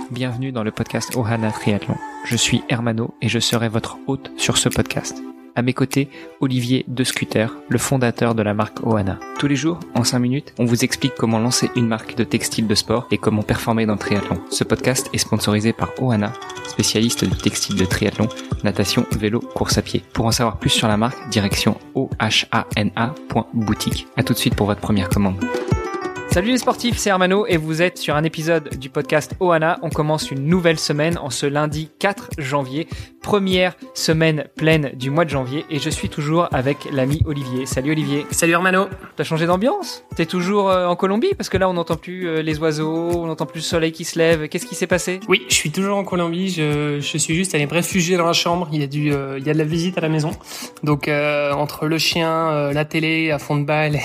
bienvenue dans le podcast Ohana Triathlon. Je suis Hermano et je serai votre hôte sur ce podcast. À mes côtés, Olivier De Scuter, le fondateur de la marque Ohana. Tous les jours, en 5 minutes, on vous explique comment lancer une marque de textile de sport et comment performer dans le triathlon. Ce podcast est sponsorisé par Ohana, spécialiste du textile de triathlon, natation, vélo, course à pied. Pour en savoir plus sur la marque, direction ohana.boutique. À tout de suite pour votre première commande. Salut les sportifs, c'est Hermano et vous êtes sur un épisode du podcast Ohana. On commence une nouvelle semaine en ce lundi 4 janvier, première semaine pleine du mois de janvier et je suis toujours avec l'ami Olivier. Salut Olivier. Salut Hermano. T'as changé d'ambiance ? T'es toujours en Colombie ? Parce que là on n'entend plus les oiseaux, on n'entend plus le soleil qui se lève. Qu'est-ce qui s'est passé ? Oui, je suis toujours en Colombie, je suis juste allé me réfugier dans la chambre, il y a de la visite à la maison. Donc entre le chien, la télé à fond de balle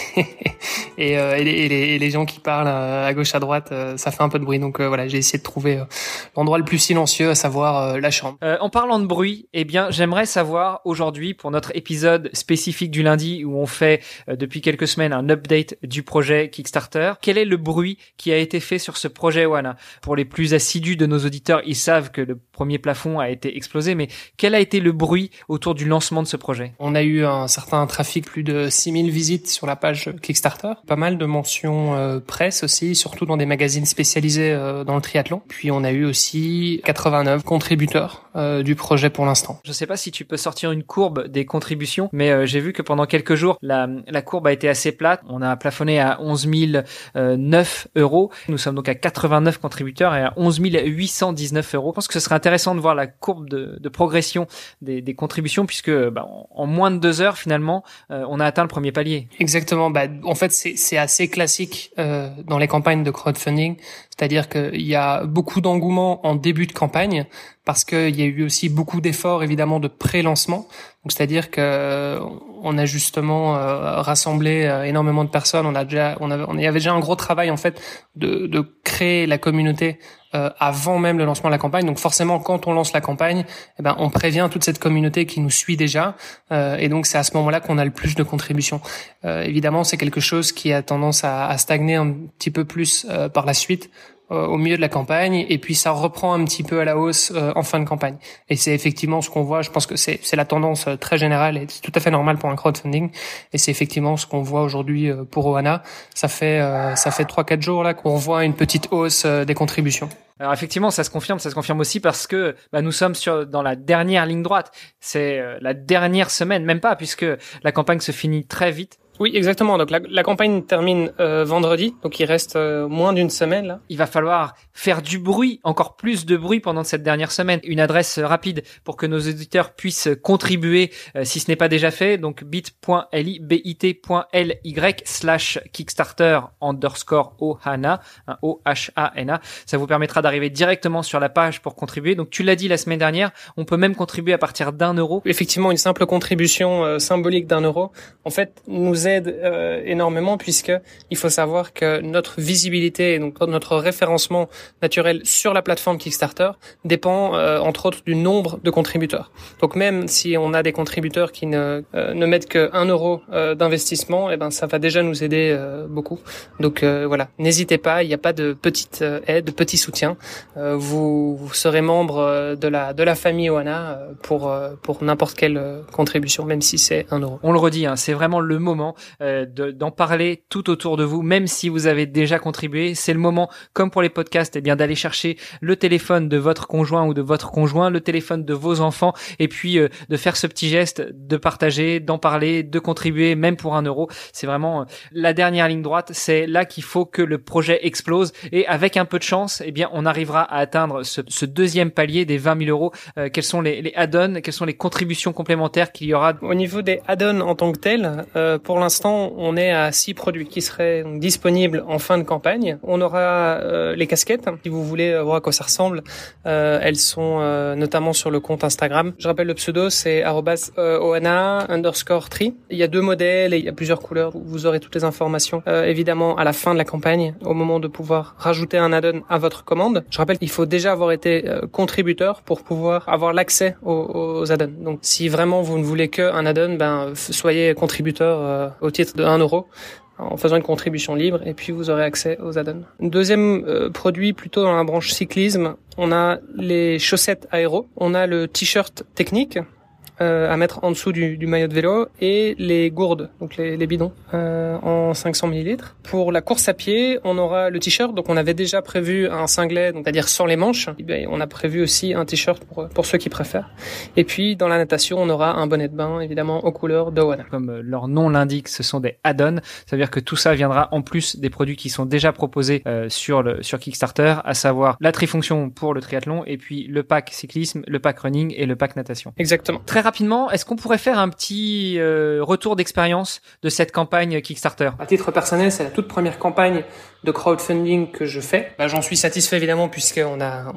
et les gens qui parlent à gauche à droite, ça fait un peu de bruit. Donc voilà, j'ai essayé de trouver l'endroit le plus silencieux, à savoir la chambre. En parlant de bruit, eh bien, j'aimerais savoir aujourd'hui, pour notre épisode spécifique du lundi où on fait depuis quelques semaines un update du projet Kickstarter, quel est le bruit qui a été fait sur ce projet Ohana ? Pour les plus assidus de nos auditeurs, ils savent que le premier plafond a été explosé, mais quel a été le bruit autour du lancement de ce projet ? On a eu un certain trafic, plus de 6000 visites sur la page Kickstarter, pas mal de mentions presse aussi, surtout dans des magazines spécialisés dans le triathlon. Puis on a eu aussi 89 contributeurs du projet pour l'instant. Je sais pas si tu peux sortir une courbe des contributions, mais j'ai vu que pendant quelques jours, la courbe a été assez plate. On a plafonné à 11 009 €. Nous sommes donc à 89 contributeurs et à 11 819 €. Je pense que ce serait intéressant de voir la courbe de progression des contributions puisque en moins de 2 heures, finalement, on a atteint le premier palier. Exactement. En fait, c'est assez classique dans les campagnes de crowdfunding, c'est-à-dire qu'il y a beaucoup d'engouement en début de campagne parce qu'il y a eu aussi beaucoup d'efforts évidemment de pré-lancement. Donc c'est-à-dire que on a justement rassemblé énormément de personnes. Il y avait déjà un gros travail en fait de créer la communauté avant même le lancement de la campagne. Donc forcément, quand on lance la campagne, on prévient toute cette communauté qui nous suit déjà. Et donc c'est à ce moment-là qu'on a le plus de contributions. Évidemment, c'est quelque chose qui a tendance à stagner un petit peu plus par la suite, au milieu de la campagne, et puis ça reprend un petit peu à la hausse en fin de campagne. Et c'est effectivement ce qu'on voit. Je pense que c'est la tendance très générale et c'est tout à fait normal pour un crowdfunding. Et c'est effectivement ce qu'on voit aujourd'hui pour Ohana. Ça fait 3-4 jours là qu'on voit une petite hausse des contributions. Alors effectivement, ça se confirme aussi parce que nous sommes dans la dernière ligne droite. C'est la dernière semaine, même pas, puisque la campagne se finit très vite. Oui, exactement. Donc la campagne termine vendredi, donc il reste moins d'une semaine là. Il va falloir faire du bruit, encore plus de bruit pendant cette dernière semaine. Une adresse rapide pour que nos auditeurs puissent contribuer si ce n'est pas déjà fait. Donc bit.ly/Kickstarter_Ohana, OHANA. Ça vous permettra d'arriver directement sur la page pour contribuer. Donc tu l'as dit la semaine dernière, on peut même contribuer à partir d'€1. Effectivement, une simple contribution symbolique d'€1 en fait nous aide énormément puisque il faut savoir que notre visibilité et donc notre référencement naturel sur la plateforme Kickstarter dépend entre autres du nombre de contributeurs. Donc même si on a des contributeurs qui ne mettent que €1 d'investissement, ça va déjà nous aider beaucoup. Donc voilà, n'hésitez pas, il n'y a pas de petite aide, de petit soutien. Vous serez membre de la famille Ohana pour n'importe quelle contribution, même si c'est €1. On le redit, c'est vraiment le moment d'en parler tout autour de vous, même si vous avez déjà contribué. C'est le moment, comme pour les podcasts, d'aller chercher le téléphone de votre conjoint ou de votre conjoint, le téléphone de vos enfants, et puis de faire ce petit geste, de partager, d'en parler, de contribuer, même pour €1. C'est vraiment la dernière ligne droite. C'est là qu'il faut que le projet explose. Et avec un peu de chance, on arrivera à atteindre ce deuxième palier des 20 000 €. Quels sont les add-ons, quelles sont les contributions complémentaires qu'il y aura? Au niveau des add-ons en tant que tels, pour l'instant, on est à 6 produits qui seraient disponibles en fin de campagne. On aura les casquettes. Si vous voulez voir à quoi ça ressemble, elles sont notamment sur le compte Instagram. Je rappelle le pseudo, c'est @ohana_tree. Il y a 2 modèles et il y a plusieurs couleurs. Vous aurez toutes les informations évidemment à la fin de la campagne, au moment de pouvoir rajouter un add-on à votre commande. Je rappelle qu'il faut déjà avoir été contributeur pour pouvoir avoir l'accès aux add-ons. Donc si vraiment vous ne voulez qu'un add-on, soyez contributeur au titre de €1. en faisant une contribution libre, et puis vous aurez accès aux add-ons. Deuxième produit, plutôt dans la branche cyclisme, on a les chaussettes aéro, on a le t-shirt technique à mettre en dessous du maillot de vélo, et les gourdes, donc les bidons en 500 ml. Pour la course à pied, on aura le t-shirt, donc on avait déjà prévu un singlet, donc c'est-à-dire sans les manches. Et bien, on a prévu aussi un t-shirt pour ceux qui préfèrent. Et puis dans la natation, on aura un bonnet de bain, évidemment aux couleurs d'Ohana. Comme leur nom l'indique, ce sont des add-ons. Ça veut dire que tout ça viendra en plus des produits qui sont déjà proposés sur Kickstarter, à savoir la trifonction pour le triathlon, et puis le pack cyclisme, le pack running et le pack natation. Exactement. Très rapidement, est-ce qu'on pourrait faire un petit retour d'expérience de cette campagne Kickstarter? À titre personnel, c'est la toute première campagne de crowdfunding que je fais. J'en suis satisfait évidemment, puisqu'on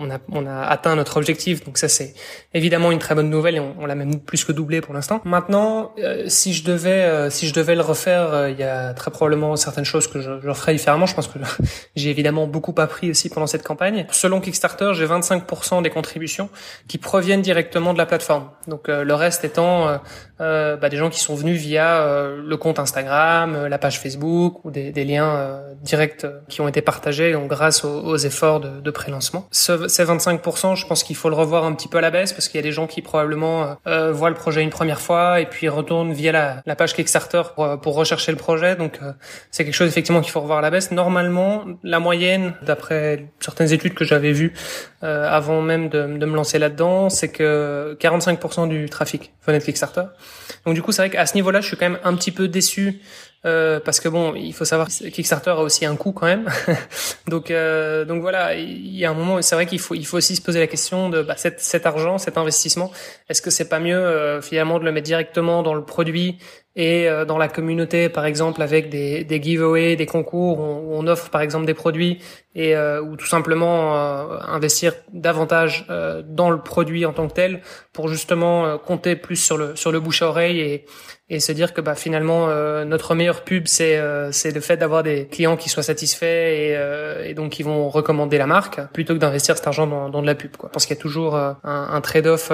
a atteint notre objectif, donc ça c'est évidemment une très bonne nouvelle, et on l'a même plus que doublé pour l'instant. Maintenant, si je devais le refaire, il y a très probablement certaines choses que je referais différemment. Je pense que j'ai évidemment beaucoup appris aussi pendant cette campagne. Selon Kickstarter, j'ai 25% des contributions qui proviennent directement de la plateforme. Donc le reste étant des gens qui sont venus via le compte Instagram, la page Facebook, ou des liens directs qui ont été partagés, donc grâce aux efforts de pré-lancement. Ces 25%, je pense qu'il faut le revoir un petit peu à la baisse, parce qu'il y a des gens qui probablement voient le projet une première fois et puis retournent via la page Kickstarter pour rechercher le projet. Donc c'est quelque chose effectivement qu'il faut revoir à la baisse. Normalement, la moyenne, d'après certaines études que j'avais vues avant même de me lancer là-dedans, c'est que 45% du trafic venait de Kickstarter. Donc du coup, c'est vrai qu'à ce niveau-là, je suis quand même un petit peu déçu, parce que bon, il faut savoir que Kickstarter a aussi un coût quand même. donc voilà, il y a un moment, c'est vrai qu'il faut aussi se poser la question de cet argent, cet investissement, est-ce que c'est pas mieux finalement de le mettre directement dans le produit et dans la communauté, par exemple, avec des giveaways, des concours où on offre par exemple des produits, et ou tout simplement investir davantage dans le produit en tant que tel, pour justement compter plus sur le bouche à oreille, et se dire que finalement notre meilleure pub c'est le fait d'avoir des clients qui soient satisfaits et donc qui vont recommander la marque, plutôt que d'investir cet argent dans de la pub, quoi. Je pense qu'il y a toujours un trade-off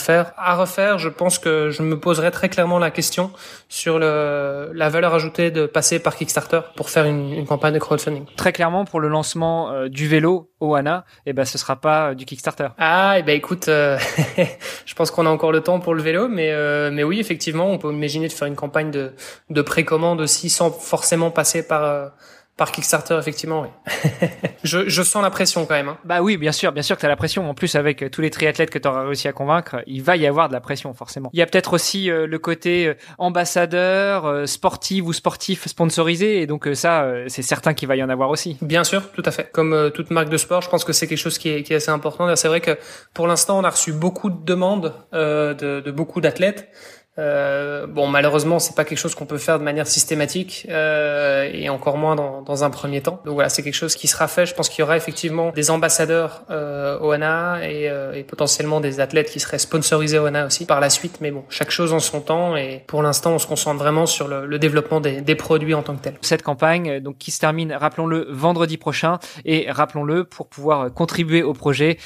à refaire. Je pense que je me poserai très clairement la question sur la valeur ajoutée de passer par Kickstarter pour faire une campagne de crowdfunding. Très clairement, pour le lancement du vélo Ohana, ce sera pas du Kickstarter. Écoute, je pense qu'on a encore le temps pour le vélo, mais oui, effectivement, on peut imaginer de faire une campagne de précommande aussi, sans forcément passer par Kickstarter, effectivement, oui. Je sens la pression quand même. Hein. Oui, bien sûr que t'as la pression. En plus, avec tous les triathlètes que t'auras réussi à convaincre, il va y avoir de la pression, forcément. Il y a peut-être aussi le côté ambassadeur, sportif sponsorisé, et donc ça, c'est certain qu'il va y en avoir aussi. Bien sûr, tout à fait. Comme toute marque de sport, je pense que c'est quelque chose qui est assez important. C'est vrai que pour l'instant, on a reçu beaucoup de demandes de beaucoup d'athlètes. Malheureusement, c'est pas quelque chose qu'on peut faire de manière systématique, et encore moins dans un premier temps. Donc voilà, c'est quelque chose qui sera fait. Je pense qu'il y aura effectivement des ambassadeurs Ohana et potentiellement des athlètes qui seraient sponsorisés Ohana aussi par la suite. Mais bon, chaque chose en son temps, et pour l'instant, on se concentre vraiment sur le développement des produits en tant que tel. Cette campagne, donc, qui se termine, rappelons-le, vendredi prochain, et rappelons-le, pour pouvoir contribuer au projet,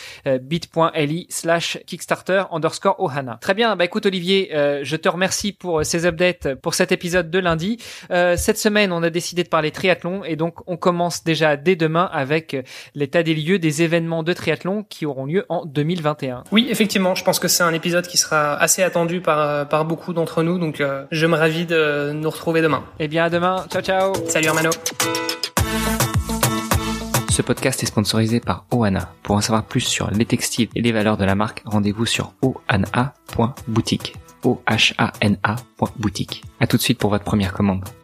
bit.ly/Kickstarter_Ohana. Très bien. Écoute, Olivier, je te remercie pour ces updates pour cet épisode de lundi. Cette semaine, on a décidé de parler triathlon, et donc on commence déjà dès demain avec l'état des lieux des événements de triathlon qui auront lieu en 2021. Oui, effectivement, je pense que c'est un épisode qui sera assez attendu par beaucoup d'entre nous, donc je me ravis de nous retrouver demain. Eh bien, à demain. Ciao, ciao. Salut Armano. Ce podcast est sponsorisé par Ohana. Pour en savoir plus sur les textiles et les valeurs de la marque, rendez-vous sur ohana.boutique. ohana.boutique. À tout de suite pour votre première commande.